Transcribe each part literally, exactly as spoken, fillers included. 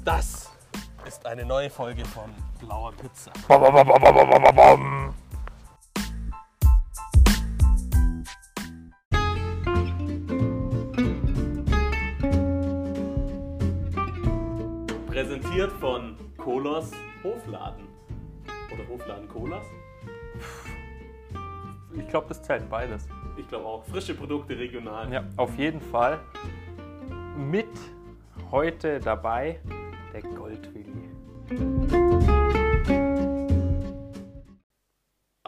Das ist eine neue Folge von Blauer Pizza. Präsentiert von Kohlers Hofladen. Oder Hofladen Kohlers? Ich glaube, das zählt beides. Ich glaube auch. Frische Produkte regional. Ja, auf jeden Fall. Mit heute dabei der Goldwilli. Oh.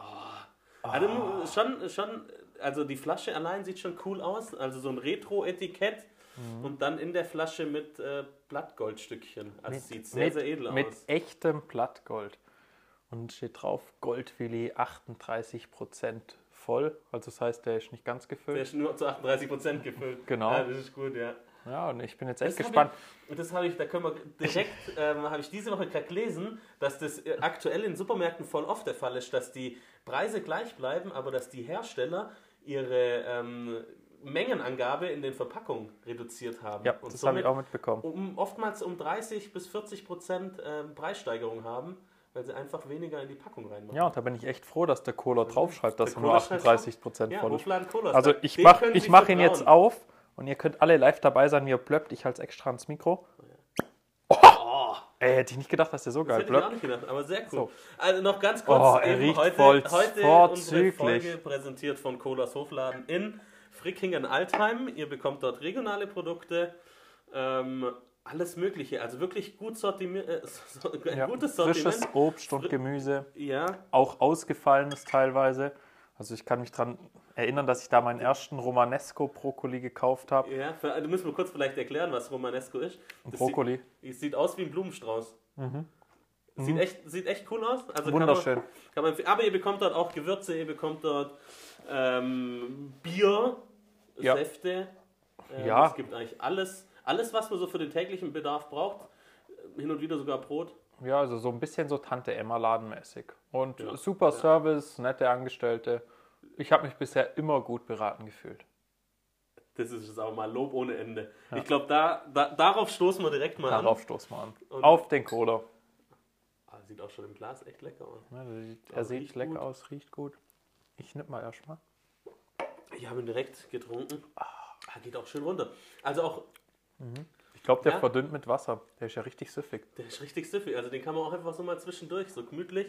Also schon, schon, also die Flasche allein sieht schon cool aus. Also so ein Retro-Etikett mhm. und dann in der Flasche mit äh, Blattgoldstückchen. Also mit, sieht sehr, mit, sehr edel mit aus. Mit echtem Blattgold. Und steht drauf Goldwilli achtunddreißig Prozent voll. Also das heißt, der ist nicht ganz gefüllt. Der ist nur zu achtunddreißig Prozent gefüllt. Genau. Ja, das ist gut, ja. Ja, und ich bin jetzt echt das gespannt. Ich, das habe ich, da können wir direkt, ähm, habe ich diese Woche gerade gelesen, dass das aktuell in Supermärkten voll oft der Fall ist, dass die Preise gleich bleiben, aber dass die Hersteller ihre ähm, Mengenangabe in den Verpackungen reduziert haben. Ja, und das habe ich auch mitbekommen. Um, oftmals um dreißig bis vierzig Prozent ähm, Preissteigerung haben, weil sie einfach weniger in die Packung reinmachen. Ja, und da bin ich echt froh, dass der Kohler draufschreibt, dass der er nur achtunddreißig Prozent ja, voll ist. Kohlers, also ich mache ich mach ihn jetzt auf und ihr könnt alle live dabei sein, wie er blöppt. Ich halte es extra ans Mikro. Oh, oh. Ey, hätte ich nicht gedacht, dass der so geil blöppt. blöppt. Hätte ich auch nicht gedacht, aber sehr cool. So. Also noch ganz kurz, oh, er riecht heute, voll heute vorzüglich. unsere Folge präsentiert von Kohlers Hofladen in Frickingen-Altheim. Ihr bekommt dort regionale Produkte, ähm, alles Mögliche, also wirklich gut sortimiert, äh, so, ein ja, gutes Sortiment. Frisches Obst und Gemüse, ja. Auch ausgefallenes teilweise. Also ich kann mich daran erinnern, dass ich da meinen ersten Romanesco-Brokkoli gekauft habe. Ja, für, du musst mir kurz vielleicht erklären, was Romanesco ist. Ein Brokkoli. Sieht, sieht aus wie ein Blumenstrauß. Mhm. Sieht, mhm. echt, sieht echt cool aus. Also Wunderschön. Kann man, kann man, aber ihr bekommt dort auch Gewürze, ihr bekommt dort ähm, Bier, ja. Säfte. Ähm, ja. Es gibt eigentlich alles, alles, was man so für den täglichen Bedarf braucht. Hin und wieder sogar Brot. Ja, also so ein bisschen so Tante-Emma-Ladenmäßig. Und ja. super ja. Service, nette Angestellte. Ich habe mich bisher immer gut beraten gefühlt. Das ist jetzt aber mal Lob ohne Ende. Ja. Ich glaube, da, da, darauf stoßen wir direkt mal darauf an. Darauf stoßen wir an. Und auf den Kohler. Ah, sieht auch schon im Glas echt lecker aus. Ja, sieht, er sieht lecker gut. aus, riecht gut. Ich nimm mal erstmal. Ich habe ihn direkt getrunken. Ah, geht auch schön runter. Also auch... Mhm. Ich glaube, der ja? verdünnt mit Wasser. Der ist ja richtig süffig. Der ist richtig süffig. Also den kann man auch einfach so mal zwischendurch, so gemütlich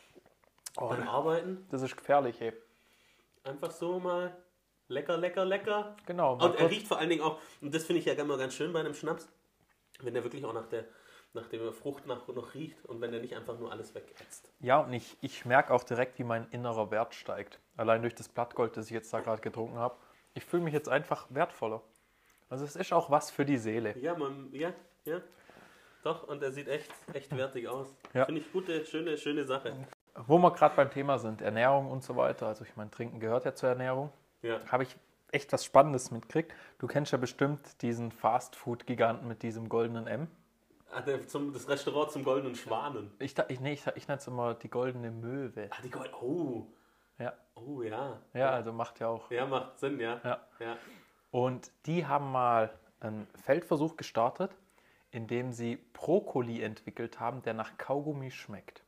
oh, beim Arbeiten. Das ist gefährlich, ey. Einfach so mal lecker, lecker, lecker. Genau. Und er riecht vor allen Dingen auch, und das finde ich ja immer ganz schön bei einem Schnaps, wenn der wirklich auch nach der, nach der Frucht nach, noch riecht und wenn der nicht einfach nur alles wegätzt. Ja, und ich, ich merke auch direkt, wie mein innerer Wert steigt. Allein durch das Blattgold, das ich jetzt da gerade getrunken habe. Ich fühle mich jetzt einfach wertvoller. Also es ist auch was für die Seele. Ja, man, ja, ja. Doch, und er sieht echt, echt wertig aus. Ja. Finde ich gute, schöne, schöne Sache. Wo wir gerade beim Thema sind, Ernährung und so weiter. Also ich meine, Trinken gehört ja zur Ernährung. Ja. Habe ich echt was Spannendes mitgekriegt. Du kennst ja bestimmt diesen Fast-Food-Giganten mit diesem goldenen M. Ah, der, zum, das Restaurant zum Goldenen Schwanen. Ich, ich, nee, ich, ich nenne es immer die goldene Möwe. Ah, die Gold... Oh. Ja. Oh, ja. Ja, ja, also macht ja auch... Ja, macht Sinn, ja. Ja. ja. Und die haben mal einen Feldversuch gestartet, in dem sie Brokkoli entwickelt haben, der nach Kaugummi schmeckt.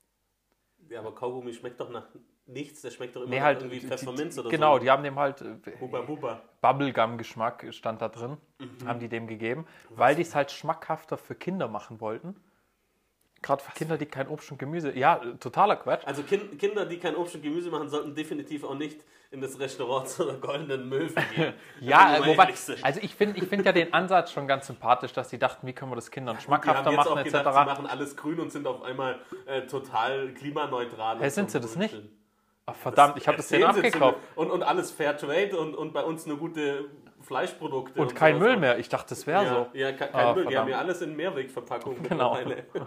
Ja, aber Kaugummi schmeckt doch nach nichts, der schmeckt doch immer nee, nach halt, irgendwie die, Pfefferminz die, oder genau, so. Genau, die haben dem halt Bubba, Bubba. Bubblegum-Geschmack stand da drin, mhm. haben die dem gegeben, Was? weil die es halt schmackhafter für Kinder machen wollten. Gerade für Was? Kinder, die kein Obst und Gemüse... Ja, totaler Quatsch. Also kind, Kinder, die kein Obst und Gemüse machen, sollten definitiv auch nicht in das Restaurant zur goldenen Möwe gehen. ja, wobei... Also ich finde ich find ja den Ansatz schon ganz sympathisch, dass die dachten, wie können wir das Kindern ja, schmackhafter die haben jetzt machen, auch et cetera. Gedacht, sie machen alles grün und sind auf einmal äh, total klimaneutral. Hey, sind sie das nicht? Ach, verdammt, das ich habe das denen abgekauft. Und, und alles Fairtrade und, und bei uns nur gute Fleischprodukte. Und, und kein Müll mehr. Ich dachte, das wäre ja, so. Ja, kein ah, Müll. Verdammt. Die haben ja alles in Mehrwegverpackung. Genau.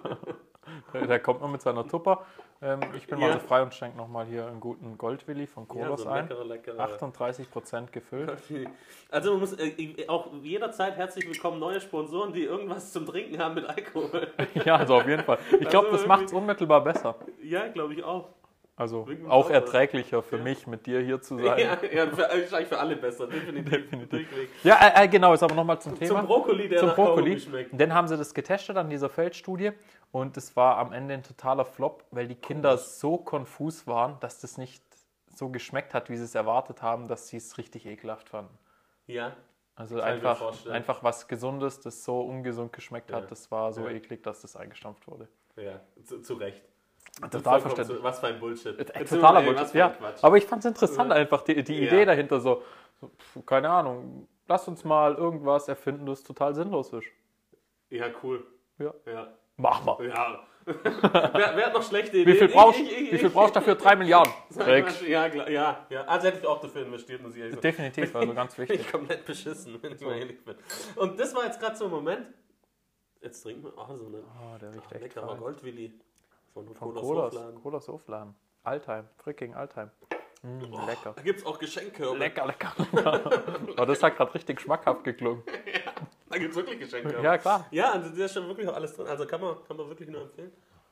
Der kommt noch mit seiner Tupper. Ähm, ich bin ja. mal so frei und schenke nochmal hier einen guten Goldwilli von Kohlers ja, so ein. Leckere, leckere. achtunddreißig Prozent gefüllt. Also man muss äh, auch jederzeit herzlich willkommen neue Sponsoren, die irgendwas zum Trinken haben mit Alkohol. Ja, also auf jeden Fall. Ich glaube, also das macht es unmittelbar besser. Ja, glaube ich auch. Also Wegen auch Sauber. erträglicher für Ja. mich, mit dir hier zu sein. Ja, ja für, wahrscheinlich für alle besser, definitiv. Definitiv. Durchweg. Ja, äh, äh, genau, jetzt aber nochmal zum Thema. Zum Brokkoli, der Zum nach Brokkoli. Kaugummi schmeckt. Dann haben sie das getestet an dieser Feldstudie und es war am Ende ein totaler Flop, weil die Kinder so konfus waren, dass das nicht so geschmeckt hat, wie sie es erwartet haben, dass sie es richtig ekelhaft fanden. Ja, Also Kann ich mir einfach, vorstellen. einfach was Gesundes, das so ungesund geschmeckt Ja. hat, das war so Ja. eklig, dass das eingestampft wurde. ja, zu, zu Recht. Total Vollkommen verständlich. zu- Was für ein Bullshit. Äh, Jetzt Totaler sind wir- ey, was Bullshit, für ja. ein Quatsch. Aber ich fand es interessant Ja. einfach, die, die Ja. Idee dahinter so, so, pf, keine Ahnung, lass uns mal irgendwas erfinden, das total sinnlos ist. Ja, cool. Ja. Ja. Mach mal. ja. wer, wer hat noch schlechte Ideen? Wie viel Ich- brauchst ich- ich- wie viel ich- brauchst du dafür? Drei Milliarden. Sag Rex. mal, Ja, klar, ja, ja. Also hätte ich auch dafür investiert, muss ich ehrlich sagen. Definitiv, also ganz Bin wichtig. ich komplett beschissen, wenn ich mal ehrlich bin. Und das war jetzt gerade so ein Moment. Jetzt trinken wir auch so eine Oh, der riecht echt leckerer fein. Goldwilli von, Von Colas Colas, Hofladen. Colas Hofladen. Altheim, freaking Altheim. Mm, lecker. Da gibt es auch Geschenkkörbe. Lecker, lecker. Aber das hat gerade richtig schmackhaft geklungen. Da gibt es wirklich Geschenkkörbe. Ja, klar. Ja, also da ist schon wirklich auch alles drin. Also kann man, kann man wirklich nur empfehlen.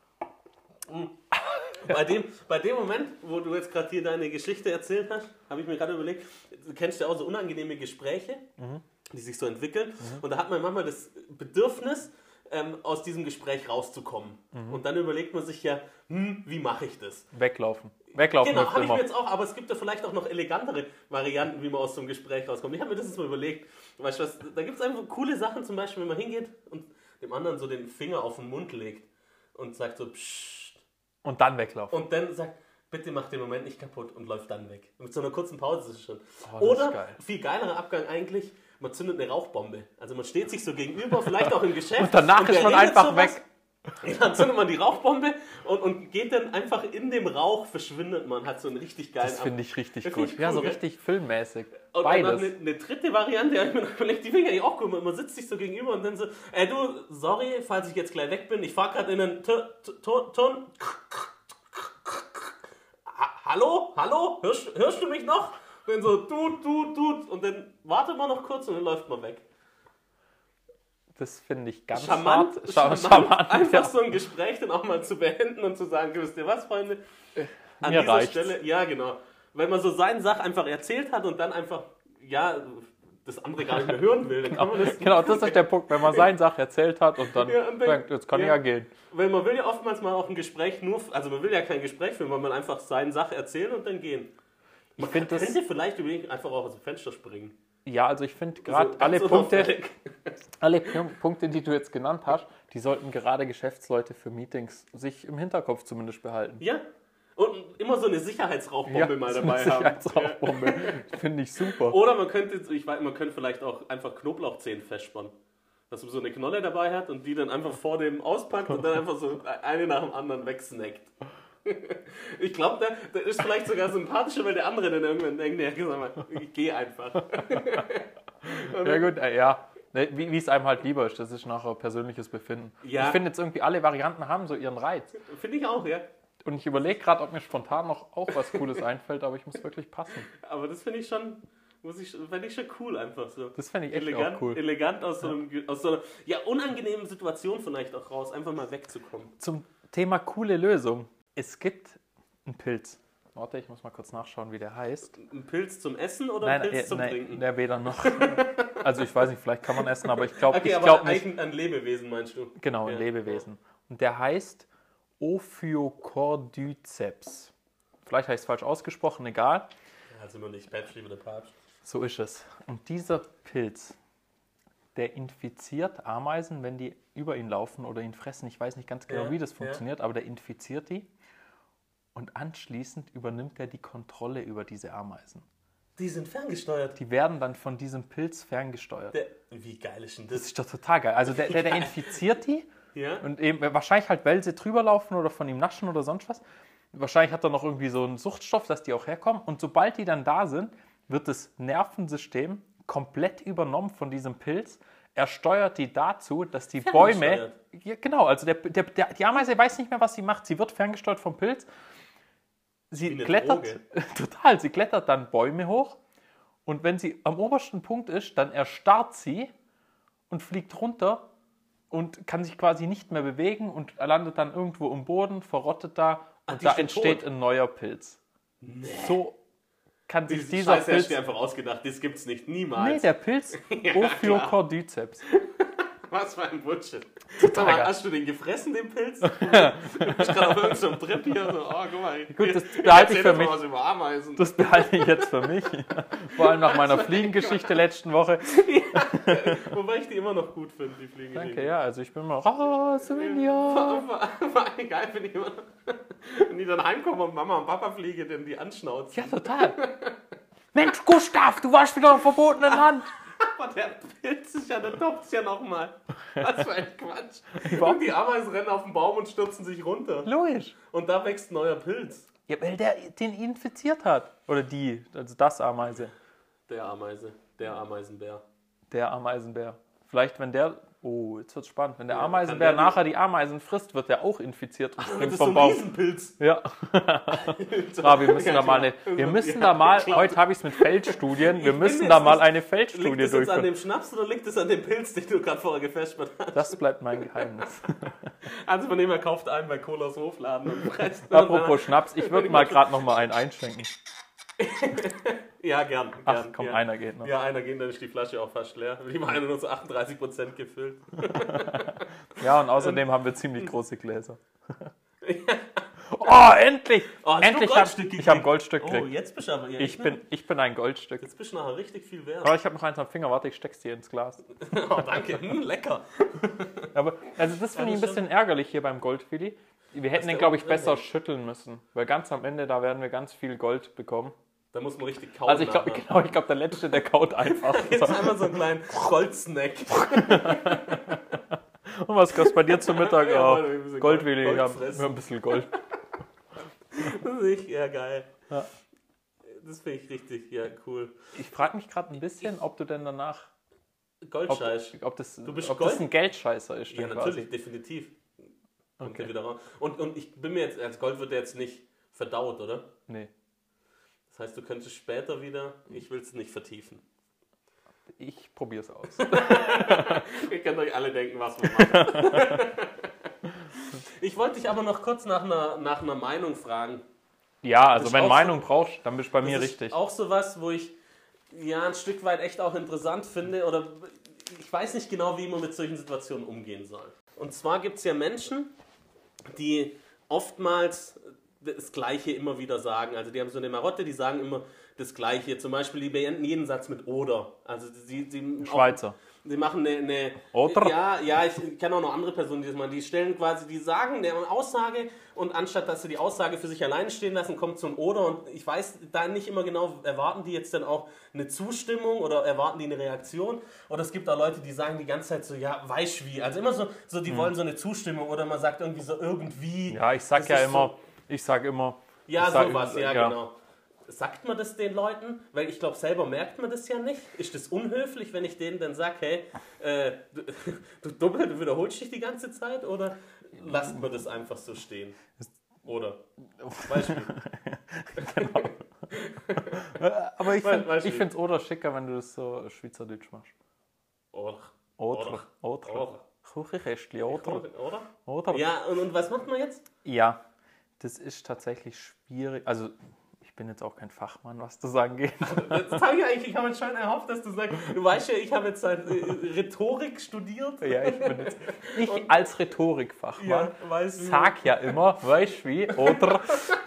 Mhm. Bei dem, bei dem Moment, wo du jetzt gerade hier deine Geschichte erzählt hast, habe ich mir gerade überlegt, du kennst ja auch so unangenehme Gespräche, Mhm. die sich so entwickeln. Und da hat man manchmal das Bedürfnis, ähm, aus diesem Gespräch rauszukommen. Mhm. Und dann überlegt man sich ja, hm, wie mache ich das? Weglaufen. Weglaufen Genau, hilft habe ich mir immer. jetzt auch, aber es gibt ja vielleicht auch noch elegantere Varianten, wie man aus so einem Gespräch rauskommt. Ich habe mir das jetzt mal überlegt. Weißt du was, da gibt es einfach coole Sachen, zum Beispiel, wenn man hingeht und dem anderen so den Finger auf den Mund legt und sagt so, pssst, Und dann weglaufen. und dann sagt, bitte mach den Moment nicht kaputt und läuft dann weg. Mit so einer kurzen Pause ist es schon. Oh, das ist Oder, geil. viel geilerer Abgang eigentlich, man zündet eine Rauchbombe. Also man steht sich so gegenüber, vielleicht auch im Geschäft. Und danach wer ist man redet einfach sowas? weg. Ja, dann zündet man die Rauchbombe und, und geht dann einfach in dem Rauch, verschwindet man, hat so einen richtig geilen Das finde ich richtig Das gut. find ich ja, cool, so gell? richtig filmmäßig. Und dann Beides. eine, eine dritte Variante, habe ich mir noch überlegt, die finde ich auch cool. Man sitzt sich so gegenüber und dann so, ey du, sorry, falls ich jetzt gleich weg bin, ich fahre gerade in einen T- T- Ton. Ton. Ha- Hallo? Hallo? Hörst, hörst du mich noch? Und dann so, tut, tut, tut. Und dann wartet man noch kurz und dann läuft man weg. Das finde ich ganz Charmant, hart. charmant, charmant einfach ja. so ein Gespräch dann auch mal zu beenden und zu sagen, wisst ihr was, Freunde? An Mir dieser reicht's. Stelle, ja genau, weil man so seine Sache einfach erzählt hat und dann einfach, ja, das andere gar nicht mehr hören will, dann kann man das, Genau, das ist der Punkt, wenn man seine Sache erzählt hat und dann Ja, und dann- denkt, jetzt kann ich ja. ja gehen. weil man will ja oftmals mal auch ein Gespräch nur, also man will ja kein Gespräch führen, weil man einfach seine Sache erzählen und dann gehen. Man find das- könnte vielleicht überlegen, einfach auch aus dem Fenster springen. Ja, also ich finde gerade So alle ganz Punkte, unauffällig. alle Pu- Punkte, die du jetzt genannt hast, die sollten gerade Geschäftsleute für Meetings sich im Hinterkopf zumindest behalten. Ja, und immer so eine Sicherheitsrauchbombe mal so dabei eine haben. Sicherheitsrauchbombe. Finde ich super. Oder man könnte, ich weiß, man könnte vielleicht auch einfach Knoblauchzehen festspannen. Dass man so eine Knolle dabei hat und die dann einfach vor dem auspackt und dann einfach so eine nach dem anderen wegsnackt. Ich glaube, der, der ist vielleicht sogar sympathischer, weil der andere dann irgendwann denkt, ja, sag mal, ich gehe einfach. Ja gut, äh, ja. Ne, Wie wie es einem halt lieber ist, das ist nachher persönliches Befinden. Ja. Ich finde jetzt irgendwie alle Varianten haben so ihren Reiz. Finde ich auch, ja. Und ich überlege gerade, ob mir spontan noch auch was Cooles einfällt, aber ich muss wirklich passen. Aber das finde ich schon, muss ich, finde ich schon cool einfach so. Das fände ich echt Elegant, auch cool. elegant aus so, einem, aus so einer ja, unangenehmen Situation vielleicht auch raus, einfach mal wegzukommen. Zum Thema coole Lösung. Es gibt einen Pilz. Warte, ich muss mal kurz nachschauen, wie der heißt. Ein Pilz zum Essen oder Nein, ein Pilz äh, zum nein, Trinken? der weder noch. Also ich weiß nicht, vielleicht kann man essen, aber ich glaube Okay, ich aber glaub nicht. eigentlich ein Lebewesen meinst du? Genau, ein Ja. Lebewesen. Und der heißt Ophiocordyceps. Vielleicht habe ich es falsch ausgesprochen, egal. Also nur nicht Päpstlich oder Papst. So ist es. Und dieser Pilz, der infiziert Ameisen, wenn die über ihn laufen oder ihn fressen. Ich weiß nicht ganz genau, Ja, wie das ja. funktioniert, aber der infiziert die. Und anschließend übernimmt er die Kontrolle über diese Ameisen. Die sind ferngesteuert. Die werden dann von diesem Pilz ferngesteuert. Der, wie geil ist denn Das das? ist doch total geil. Also der, der, der infiziert die Ja? und eben wahrscheinlich halt, weil sie drüber laufen oder von ihm naschen oder sonst was. Wahrscheinlich hat er noch irgendwie so einen Suchtstoff, dass die auch herkommen. Und sobald die dann da sind, wird das Nervensystem komplett übernommen von diesem Pilz. Er steuert die dazu, dass die Bäume... Ferngesteuert. Ja, genau, also der, der, der, die Ameise weiß nicht mehr, was sie macht. Sie wird ferngesteuert vom Pilz. Sie Wie eine klettert, Droge. total, sie klettert dann Bäume hoch. Und wenn sie am obersten Punkt ist, dann erstarrt sie und fliegt runter und kann sich quasi nicht mehr bewegen und landet dann irgendwo im Boden, verrottet da Ach, und die da ist schon entsteht tot. ein neuer Pilz. Nee. So kann sich Diese dieser Scheiße hast Pilz... du dir einfach ausgedacht, das gibt's nicht, Nee, niemals. der Pilz Ja, Ophiocordyceps. Was für ein Bullshit. Total Sag mal, geil. hast du den gefressen, den Pilz? Du bist gerade auf irgendeinem Trip hier, so, oh, guck mal. Gut, das behalte ich erzähl für doch mal mich. was über Ameisen. Das behalte ich jetzt für mich. Vor allem nach meiner Fliegengeschichte letzten Woche. Ja, wobei ich die immer noch gut finde, die Fliegengeschichte. Danke, ja, also ich bin mal Roswinja. Vor, vor allem geil finde ich immer noch, wenn die dann heimkommen und Mama und Papa Fliege, denn die anschnauzen. Ja, total. Mensch, Gustav, du warst wieder in der verbotenen Hand. Aber der Pilz ist ja, der topft ja nochmal. Was für ein Quatsch. Überhaupt Und die Ameisen rennen auf den Baum und stürzen sich runter. Logisch. Und da wächst ein neuer Pilz. Ja, weil der den infiziert hat. Oder die, also das Ameise. Der Ameise, der Ameisenbär. Der Ameisenbär. Vielleicht, wenn der... Oh, jetzt wird's spannend. Wenn der Ja, Ameisenbär kann der nachher die Ameisen frisst, wird der auch infiziert und Das springt ist so vom ein Baum. Riesenpilz. Ja. Ah, wir müssen da mal eine, wir müssen da mal, heute habe ich es mit Feldstudien, wir bin müssen jetzt da mal nicht- eine Liegt Feldstudie es jetzt an durchführen. dem Schnaps oder liegt es an dem Pilz, den du gerade vorher gefespert hast? Das bleibt mein Geheimnis. Also von dem her kauft einen bei Colas Hofladen und presst. Apropos Schnaps, ich würde mal gerade noch mal einen einschenken. Ja, gern. Ach gern, komm, ja. einer geht noch. Ja, einer geht, dann ist die Flasche auch fast leer. Die war nur so achtunddreißig Prozent gefüllt. Ja, und außerdem haben wir ziemlich große Gläser. Oh, endlich! Oh, hast endlich du hab, Goldstück ich habe gekriegt? Goldstück Oh, gekriegt. jetzt bist du aber... Ja, Ich bin, ich bin ein Goldstück. Jetzt bist du nachher richtig viel wert. Aber ich habe noch eins am Finger, warte, ich steck's dir ins Glas. Oh, danke. Hm, lecker. Aber, also das finde ich ein das ist bisschen ärgerlich hier beim Goldfili. Wir hätten den, der glaube ich, oben drin besser hängt. schütteln müssen. Weil ganz am Ende, da werden wir ganz viel Gold bekommen. Da muss man richtig kauen. Also ich glaube, nachher. genau, ich glaube, der Letzte, der kaut einfach. Jetzt einmal so einen kleinen Goldsnack. Und was gab's bei dir zum Mittag? Ja, Oh, ein bisschen Goldwili, Gold- ja, Gold fressen. ja, ein bisschen Gold. Das ist echt ja geil. Ja. Das finde ich richtig, ja, cool. Ich frage mich gerade ein bisschen, ob du denn danach, ob, Goldscheiß. ob, das, Du bist ob Gold? das ein Geldscheißer ist. Ja, dann natürlich, quasi. definitiv. Kommt Okay. der wieder raus. Und, und ich bin mir jetzt, als Gold wird der jetzt nicht verdaut, oder? Nee, Das heißt, du könntest später wieder, ich will es nicht vertiefen. ich probier's aus. Ihr könnt euch alle denken, was wir machen. Ich wollte dich aber noch kurz nach einer, nach einer Meinung fragen. Ja, also Das ist wenn auch Meinung brauchst, dann bist du bei mir Das ist richtig. auch sowas, wo ich ja ein Stück weit echt auch interessant finde oder ich weiß nicht genau, wie man mit solchen Situationen umgehen soll. Und zwar gibt es ja Menschen, die oftmals das Gleiche immer wieder sagen. Also die haben so eine Marotte, die sagen immer das Gleiche. Zum Beispiel die beenden jeden Satz mit oder. Also sie, sie Schweizer. Sie machen eine, eine Oder? Ja, ja, ich kenne auch noch andere Personen, die das machen. Die stellen quasi, die sagen eine Aussage und anstatt, dass sie die Aussage für sich alleine stehen lassen, kommt so ein Oder und ich weiß da nicht immer genau, erwarten die jetzt dann auch eine Zustimmung oder erwarten die eine Reaktion oder es gibt auch Leute, die sagen die ganze Zeit so, ja, weißt wie. Also immer so, so die hm. wollen so eine Zustimmung oder man sagt irgendwie so irgendwie. Ja, ich sag Das ja ist immer, so, ich sag immer. ja, ich sag, sowas, ja, genau. Sagt man das den Leuten? Weil ich glaube, selber merkt man das ja nicht. Ist das unhöflich, wenn ich denen dann sage, hey, äh, du, du Dummel, du wiederholst dich die ganze Zeit? Oder lasst man das einfach so stehen? Oder? Beispiel. Genau. Aber ich Be- finde Beispiel. es oder schicker, wenn du das so schweizerdeutsch machst. Oder? Oder. Oder. Oder. Kuchenkästchen, oder. Oder? Oder. Ja, und, und was macht man jetzt? Ja, das ist tatsächlich schwierig. Also, ich bin jetzt auch kein Fachmann, was das angeht. Das habe ich eigentlich, ich habe jetzt schon erhofft, dass du sagst, du weißt ja, ich habe jetzt halt äh, Rhetorik studiert. Ja, ich bin jetzt. Ich als Rhetorikfachmann Ja, weiß wie. sag ja immer, weißt du wie, oder.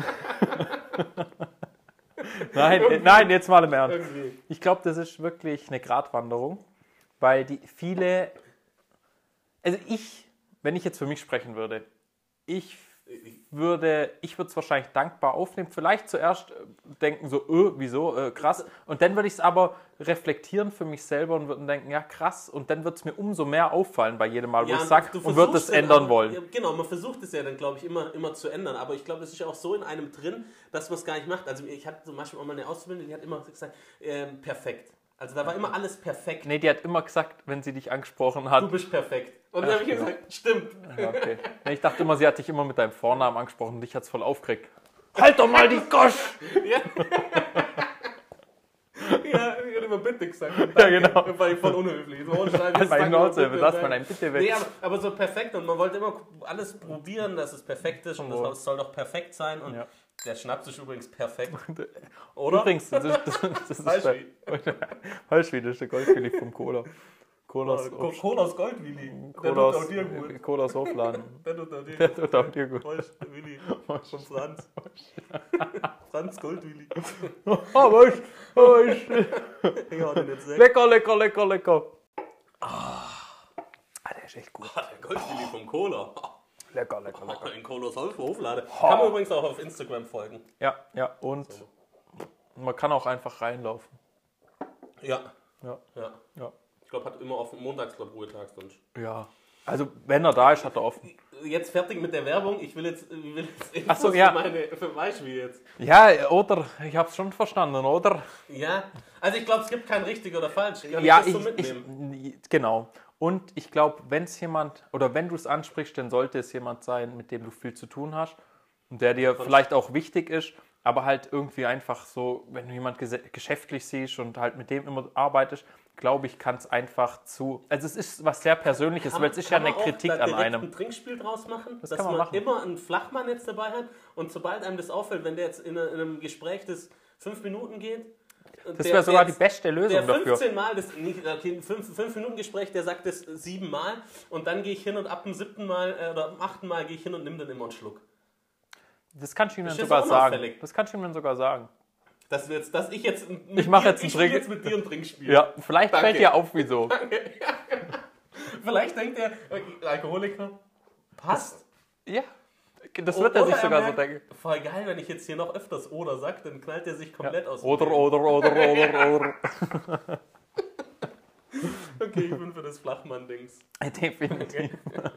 Nein, äh, nein, jetzt mal im Ernst. Irgendwie. Ich glaube, das ist wirklich eine Gratwanderung, weil die viele. Also ich, wenn ich jetzt für mich sprechen würde, ich würde, ich würde es wahrscheinlich dankbar aufnehmen. Vielleicht zuerst denken so, öh, wieso, äh, krass. Und dann würde ich es aber reflektieren für mich selber und würde denken, ja krass. Und dann wird es mir umso mehr auffallen bei jedem Mal, wo Ja, ich und sage du und würde es versuchst dann ändern aber- wollen. Ja, genau, man versucht es ja dann, glaube ich, immer, immer zu ändern. Aber ich glaube, es ist ja auch so in einem drin, dass man es gar nicht macht. Also ich hatte zum Beispiel auch mal eine Auszubildende, die hat immer gesagt, ähm, perfekt. Also da war immer alles perfekt. Nee, die hat immer gesagt, wenn sie dich angesprochen hat. Du bist perfekt. Und dann habe ich gesagt, stimmt. Ja, okay. Nee, ich dachte immer, sie hat dich immer mit deinem Vornamen angesprochen und dich hat es voll aufgeregt. Halt doch mal die Gosch! Ja. Ja, immer bitte gesagt. Ja, genau. Das war ich voll unhöflich. So, oh, Scheiße, Halt mein Nase, lass mal ein Bitte weg. Nee, aber, aber so perfekt und man wollte immer alles probieren, dass es perfekt ist und Oh. das soll doch perfekt sein und Ja. der Schnaps ist übrigens perfekt. Oder? Übrigens, das ist, das, das ist Weißwein. Weißwein, das ist der Goldkönig vom Cola. Cola aus, Co- Cola aus Goldwilli. Der Cola tut auch aus, dir gut. Cola aus Hofladen. Der tut auch dir Der gut. tut auch dir gut. Weißt du, Willi. Von Franz. Franz Goldwilli. Oh, weißt du, weißt Ich hau den jetzt weg. Lecker, lecker, lecker, lecker. Ah, der ist echt gut. Ah, der Goldwilli vom Cola. Lecker, lecker, lecker. In Colas Hoflade. Kann man übrigens auch auf Instagram folgen. Ja, ja, und man kann auch einfach reinlaufen. Ja. Ja, Ja. ja. Ich glaube, hat immer offen. Montags, glaube ich, Ruhetag sonst. Ja. Also, wenn er da ist, hat er offen. Jetzt fertig mit der Werbung. Ich will jetzt, ich will jetzt Infos Ach so, ja. für meine, für Beispiel jetzt. Ja, oder, ich hab's schon verstanden, oder? Ja. Also ich glaube, es gibt kein richtig oder falsch. Kann Ja, ich das so ich, mitnehmen? ich, genau. Und ich glaube, wenn es jemand, oder wenn du es ansprichst, dann sollte es jemand sein, mit dem du viel zu tun hast und der dir vielleicht auch wichtig ist, aber halt irgendwie einfach so, wenn du jemand ges- geschäftlich siehst und halt mit dem immer arbeitest, glaube ich, kann es einfach zu, also es ist was sehr Persönliches, Kann weil man- es ist ja kann eine man auch Kritik da an direkt einem. ein Trinkspiel draus machen, Das dass kann man man machen. immer einen Flachmann jetzt dabei hat und sobald einem das auffällt, wenn der jetzt in, eine, in einem Gespräch das fünf Minuten geht, Das wäre sogar die beste Lösung der dafür. fünfzehn Mal, das, nicht, okay, ein fünf Minuten Gespräch, der sagt das sieben Mal und dann gehe ich hin und ab dem siebten Mal äh, oder am achten Mal gehe ich hin und nimm dann immer einen Schluck. Das kannst du ihm dann Das ist sogar auch sagen. unauffällig. Das kannst du ihm dann sogar sagen. Dass, wir jetzt, dass ich jetzt mit Ich mach dir, jetzt ein ich spiel Trink- jetzt mit dir ein Trinkspiel. Ja, vielleicht Danke. fällt dir auf, wieso. Vielleicht denkt der äh, Alkoholiker, passt. Ja, das wird er sich Oder sogar so merkt, denken. voll geil, wenn ich jetzt hier noch öfters oder sag, dann knallt er sich komplett aus. dem Oder, Leben. oder, oder, oder, oder. Okay, ich bin für das Flachmann-Dings. Definitiv.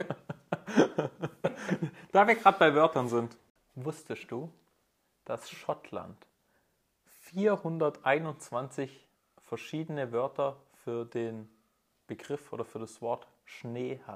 Da wir gerade bei Wörtern sind, wusstest du, dass Schottland vierhunderteinundzwanzig verschiedene Wörter für den Begriff oder für das Wort Schnee hat?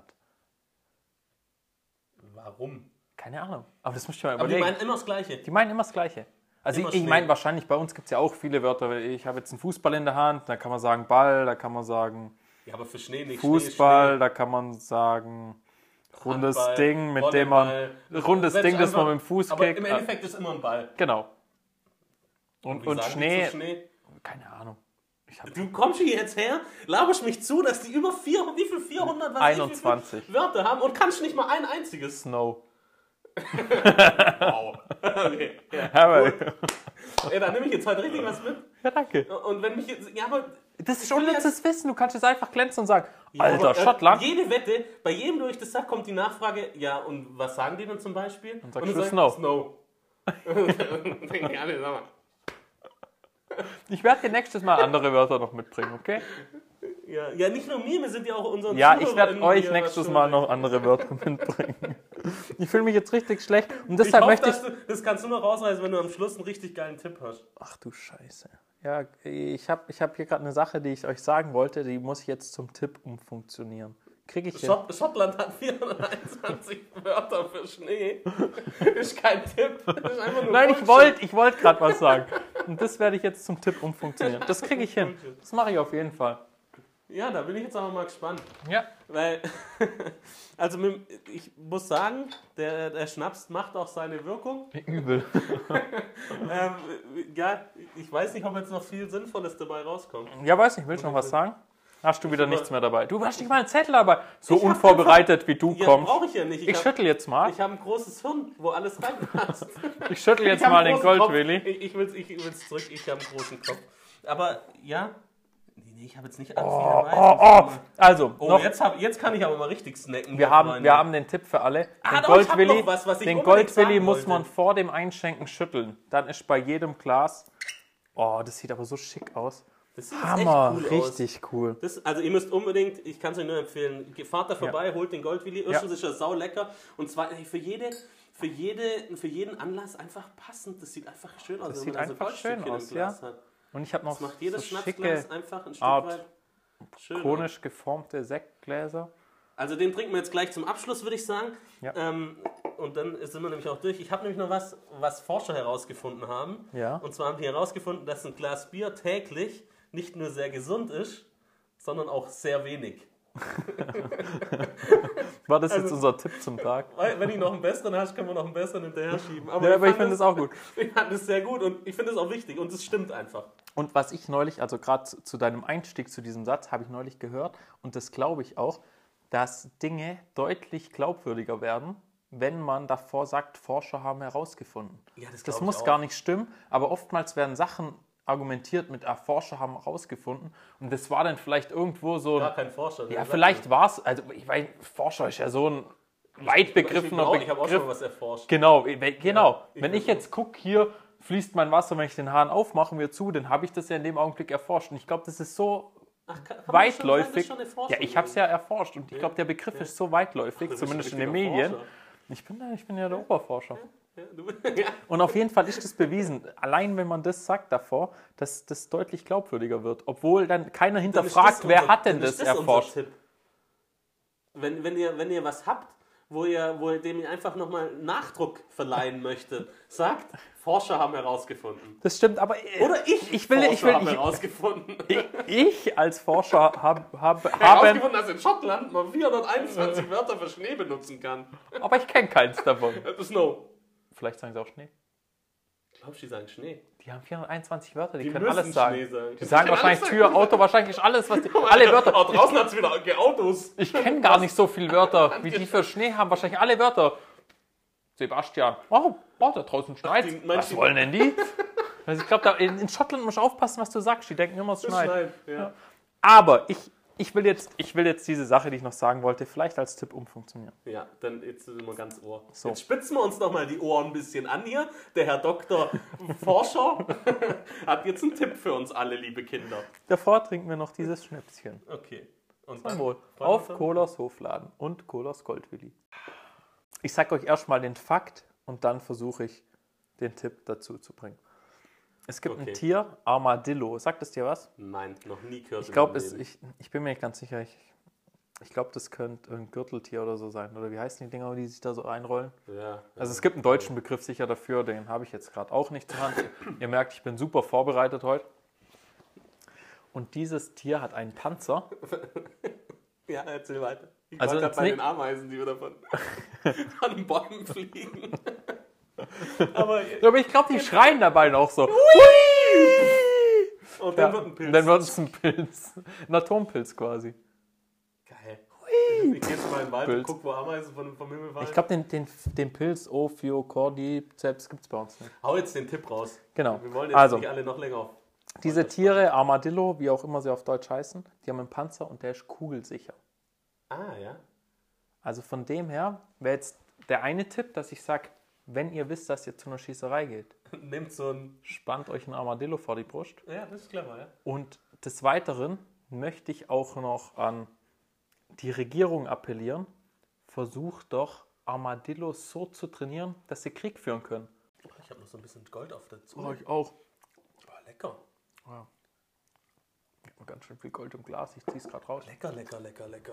Warum? Keine Ahnung. Aber das musst du mal Aber die überlegen. meinen immer das Gleiche. Die meinen immer das Gleiche. Also Immer ich, ich Schnee. meine, wahrscheinlich bei uns gibt es ja auch viele Wörter. weil Ich habe jetzt einen Fußball in der Hand, da kann man sagen Ball, da kann man sagen Ja, aber für Schnee nicht. Fußball, Schnee, da kann man sagen rundes Handball, Ding, mit dem man Volleyball. rundes Selbst Ding, das man einfach- mit dem Fuß Aber kickt. im Endeffekt ist immer ein Ball. Genau. Und, Wie und sagen die Schnee, zu Schnee? keine Ahnung. Ich habe Du kommst hier jetzt her, laberst mich zu, dass die über vier, wie viel vierhundert was weiß ich, wie einundzwanzig. viele Wörter haben und kannst nicht mal ein einziges. Snow. Wow. Okay. Ja. Aber, Ey, da nehme ich jetzt heute richtig was mit. ja, danke. Und wenn mich jetzt. Ja, aber. Das ist Ich will unnützes Wissen. Du kannst jetzt einfach glänzen und sagen, Ja, Alter, aber, äh, Schottland. Jede Wette, bei jedem, wo ich das sage, kommt die Nachfrage, ja, und was sagen die denn zum Beispiel? Dann sagst und du sag ich, Snow. Snow. Und denken die alle, sag mal. Ich werde dir nächstes Mal andere Wörter noch mitbringen, okay? Ja, ja, nicht nur mir, wir sind ja auch unseren Ja, ich werde ZuhörerInnen euch hier nächstes was Mal schuldig. noch andere Wörter mitbringen. Ich fühle mich jetzt richtig schlecht und Ich deshalb hoffe, möchte ich... dass du, das kannst du noch rausreißen, wenn du am Schluss einen richtig geilen Tipp hast. Ach du Scheiße. Ja, ich habe ich hab hier gerade eine Sache, die ich euch sagen wollte, die muss ich jetzt zum Tipp umfunktionieren. Kriege ich hin. Schott, Schottland hat vierhunderteinundzwanzig Wörter für Schnee. Ist kein Tipp. Das ist einfach nur Nein, ich Bullshit. wollte ich wollt gerade was sagen. Und das werde ich jetzt zum Tipp umfunktionieren. Das kriege ich hin. Das mache ich auf jeden Fall. Ja, da bin ich jetzt aber mal gespannt. Ja. Weil, also mit, ich muss sagen, der, der Schnaps macht auch seine Wirkung. Übel. Ähm, ja, ich weiß nicht, ob jetzt noch viel Sinnvolles dabei rauskommt. Ja, weiß nicht, willst du noch was sagen? Hast du wieder Ich nichts über- mehr dabei? Du hast nicht mal einen Zettel dabei. So Ich hab unvorbereitet, wie du Ja, kommst. brauche ich ja nicht. Ich Ich hab- schüttel jetzt mal. Ich habe ein großes Hirn, wo alles reinpasst. Ich schüttel jetzt Ich hab mal einen den großen Goldwilli. Kopf. Ich, ich will es ich will's zurück, ich habe einen großen Kopf. Aber ja, nee, nee, ich habe jetzt nicht alles Oh, wieder oh, oh. Also, Oh, noch, jetzt, hab, jetzt kann ich aber mal richtig snacken. wir, hier, haben, Freunde. wir haben den Tipp für alle. Ah, Den doch, ich hab Goldwilli, noch was, was ich den unbedingt Goldwilli sagen muss wollte. man vor dem Einschenken schütteln. Dann ist bei jedem Glas... Oh, das sieht aber so schick aus. Das sieht jetzt Hammer, echt cool aus. richtig cool. Das, also ihr müsst unbedingt, ich kann es euch nur empfehlen, ge- fahrt da vorbei, holt den Goldwilli. Erstens ist er sau lecker und zwar ey, für, jede, für, jede, für jeden Anlass einfach passend. Das sieht einfach schön aus, Das wenn sieht man da so einfach schön Goldstückchen aus, im Glas ja. hat. Und ich habe noch Das macht jedes so Schnapsglas schicke, einfach ein Stück Art weit schön. konisch geformte Sektgläser. Also den trinken wir jetzt gleich zum Abschluss, würde ich sagen. Ja. Ähm, und dann sind wir nämlich auch durch. Ich habe nämlich noch was, was Forscher herausgefunden haben. Ja. Und zwar haben die herausgefunden, dass ein Glas Bier täglich nicht nur sehr gesund ist, sondern auch sehr wenig. War das jetzt Also- unser Tipp zum Tag? Weil, wenn ich noch einen besseren hast, können wir noch einen besseren hinterher schieben. Aber Ja, aber ich fand finde das auch gut. Ich fand das sehr gut und ich finde es auch wichtig und es stimmt einfach. Und was ich neulich, also gerade zu, zu deinem Einstieg zu diesem Satz, habe ich neulich gehört und das glaube ich auch, dass Dinge deutlich glaubwürdiger werden, wenn man davor sagt, Forscher haben herausgefunden. Ja, das Das glaub ich muss auch. gar nicht stimmen, aber oftmals werden Sachen argumentiert mit, ah, Forscher haben herausgefunden und das war dann vielleicht irgendwo so Gar ein, kein Forscher. ja, der sagt vielleicht war es, also ich weiß, Forscher ist ja so ein weit das. begriffener Ich, auch, ich habe auch Begriff. schon was erforscht. Genau, wenn- genau. Ja, ich wenn will ich jetzt gucke, hier fließt mein Wasser, wenn ich den Hahn aufmache, mir zu, dann habe ich das ja in dem Augenblick erforscht. Und ich glaube, das ist so Ach, kann, kann man das schon sagen, das weitläufig. ist schon eine Forschung Ja, ich habe es ja erforscht und ich Ja, glaube, der Begriff ja. ist so weitläufig, Du bist zumindest in ein den richtiger Medien. Forscher. Ich bin, da, ich bin ja der Oberforscher. Ja, du, ja. Und auf jeden Fall ist es bewiesen, allein wenn man das sagt davor, dass das deutlich glaubwürdiger wird. Obwohl dann keiner Dann ist hinterfragt, das wer unser- hat denn dann das ist unser erforscht. Tipp. Wenn, wenn, ihr, wenn ihr was habt, wo ihr, wo ihr dem einfach nochmal Nachdruck verleihen möchtet, sagt, Forscher haben herausgefunden. Das stimmt, aber äh, Oder ich, ich will, Forscher ich will, haben ich, herausgefunden. ich, ich als Forscher habe hab, haben, Herausgefunden, dass in Schottland man vierhunderteinundzwanzig Wörter für Schnee benutzen kann. aber ich kenne keins davon. Äh, Snow. Vielleicht sagen sie auch Schnee. Glaubst du, die sagen Schnee? Die haben vierhunderteinundzwanzig Wörter, die, Die können müssen alles sagen. Schnee sagen. Die sagen wahrscheinlich Tür, Auto, wahrscheinlich ist alles, was die, alle Wörter. Auch draußen hat es wieder Autos. Ich kenne gar nicht so viele Wörter, wie die für Schnee haben. Wahrscheinlich alle Wörter. Sebastian. Oh, oh da draußen schneit. Die- Was manche- wollen denn die? Also ich glaube, in, in Schottland musst du aufpassen, was du sagst. Die denken immer, es Das schneit. schneit, ja. Aber ich, ich, will jetzt, ich will jetzt diese Sache, die ich noch sagen wollte, vielleicht als Tipp umfunktionieren. Ja, dann jetzt sind wir ganz Ohr. So. Jetzt spitzen wir uns noch mal die Ohren ein bisschen an hier. Der Herr Doktor Forscher hat jetzt einen Tipp für uns alle, liebe Kinder. Davor trinken wir noch dieses Schnäpschen. Okay. Und Zum dann Wohl. freuen wir Auf uns. Kohlers Hofladen und Kohlers Goldwilli. Ich sage euch erstmal den Fakt und dann versuche ich, den Tipp dazu zu bringen. Es gibt Okay. ein Tier, Armadillo. Sagt es dir was? Nein, noch nie gehört. Ich in glaube, meinem Leben. ich, ich bin mir nicht ganz sicher. Ich, ich glaube, das könnte ein Gürteltier oder so sein. Oder wie heißen die Dinger, die sich da so einrollen? Ja, Also es gibt einen deutschen Begriff sicher dafür, den habe ich jetzt gerade auch nicht zur Hand. Ihr merkt, ich bin super vorbereitet heute. Und dieses Tier hat einen Panzer. ja, erzähl weiter. Ich Also war gerade jetzt bei nicht- den Ameisen, die wieder von, von den Bäumen fliegen. Aber Aber ich glaube, die schreien dabei noch so. und dann Ja, wird ein Pilz. und dann wird es ein Pilz. Ein Atompilz quasi. Geil. Ich geh jetzt mal in den Wald Pilz. und guck, wo Ameisen vom, vom Himmel fallen. Ich glaube, den, den, den Pilz Ophiocordyceps gibt es bei uns nicht. Hau jetzt den Tipp raus. Genau. Wir wollen jetzt Also, nicht alle noch länger auf. diese Tiere, Armadillo, wie auch immer sie auf Deutsch heißen, die haben einen Panzer und der ist kugelsicher. Ah, ja. Also von dem her wäre jetzt der eine Tipp, dass ich sage, wenn ihr wisst, dass ihr zu einer Schießerei geht, Nehmt so ein. spannt euch ein Armadillo vor die Brust. Ja, das ist clever, ja. Und des Weiteren möchte ich auch noch an die Regierung appellieren, versucht doch Armadillos so zu trainieren, dass sie Krieg führen können. Ich habe noch so ein bisschen Gold auf der Zunge. Oh, ich auch. Oh, lecker. Ja. Ich habe ganz schön viel Gold im Glas, ich ziehe es gerade raus. Lecker, lecker, lecker, lecker.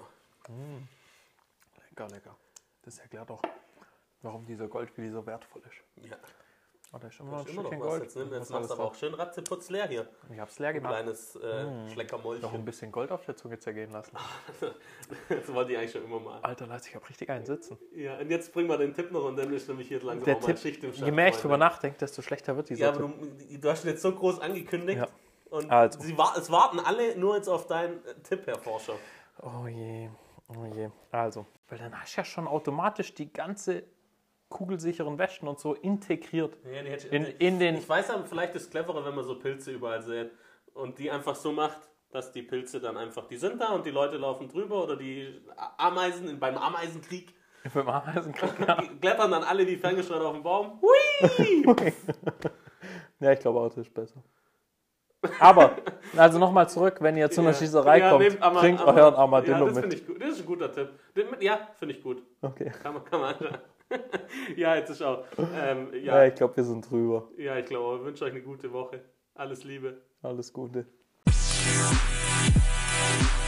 Lecker, lecker. Das erklärt auch, warum dieser Goldwilli so wertvoll ist. Ja. Oh, da ist immer Da noch ist ein immer noch Stückchen was. Gold. Jetzt, nimm, Was jetzt alles machst du aber drauf? auch schön ratzeputz leer hier. Ich habe es leer Ein gemacht. kleines äh, Schleckermäulchen. Noch ein bisschen Gold auf der Zunge zergehen lassen. Das wollte ich eigentlich schon immer mal. Alter, lass ich habe richtig einen sitzen. Ja, und jetzt bringen wir den Tipp noch und dann ist nämlich hier langsam Der auch mal Tipp, Schicht im Schacht. je mehr ich Freunde. drüber nachdenke, desto schlechter wird dieser Ja, aber Tipp. du, du hast ihn jetzt so groß angekündigt. Ja. Und Also. sie, wa- es warten alle nur jetzt auf deinen äh, Tipp, Herr Forscher. Oh je, oh je. Also, weil dann hast du ja schon automatisch die ganze kugelsicheren Westen und so integriert. Ja, die hätte ich- In, in den... Ich weiß aber, vielleicht ist es cleverer, wenn man so Pilze überall sieht und die einfach so macht, dass die Pilze dann einfach, die sind da und die Leute laufen drüber oder die A- Ameisen in, beim Ameisenkrieg Beim Ameisenkrieg, ja. die klettern dann alle wie ferngesteuert auf den Baum. Hui! Ja, ich glaube, Auto ist besser. Aber, also nochmal zurück, wenn ihr zu einer Ja. Schießerei Ja, kommt, nehmt Ama- bringt Ama- euren Armadillo ja, das mit. finde ich gut. Das ist ein guter Tipp. Den mit- Ja, finde ich gut. Okay. Kann man, kann man. Ja, jetzt ist auch. Ähm, Ja, ja, ich glaube, wir sind drüber. ja, ich glaube, ich wünsche euch eine gute Woche. Alles Liebe. Alles Gute.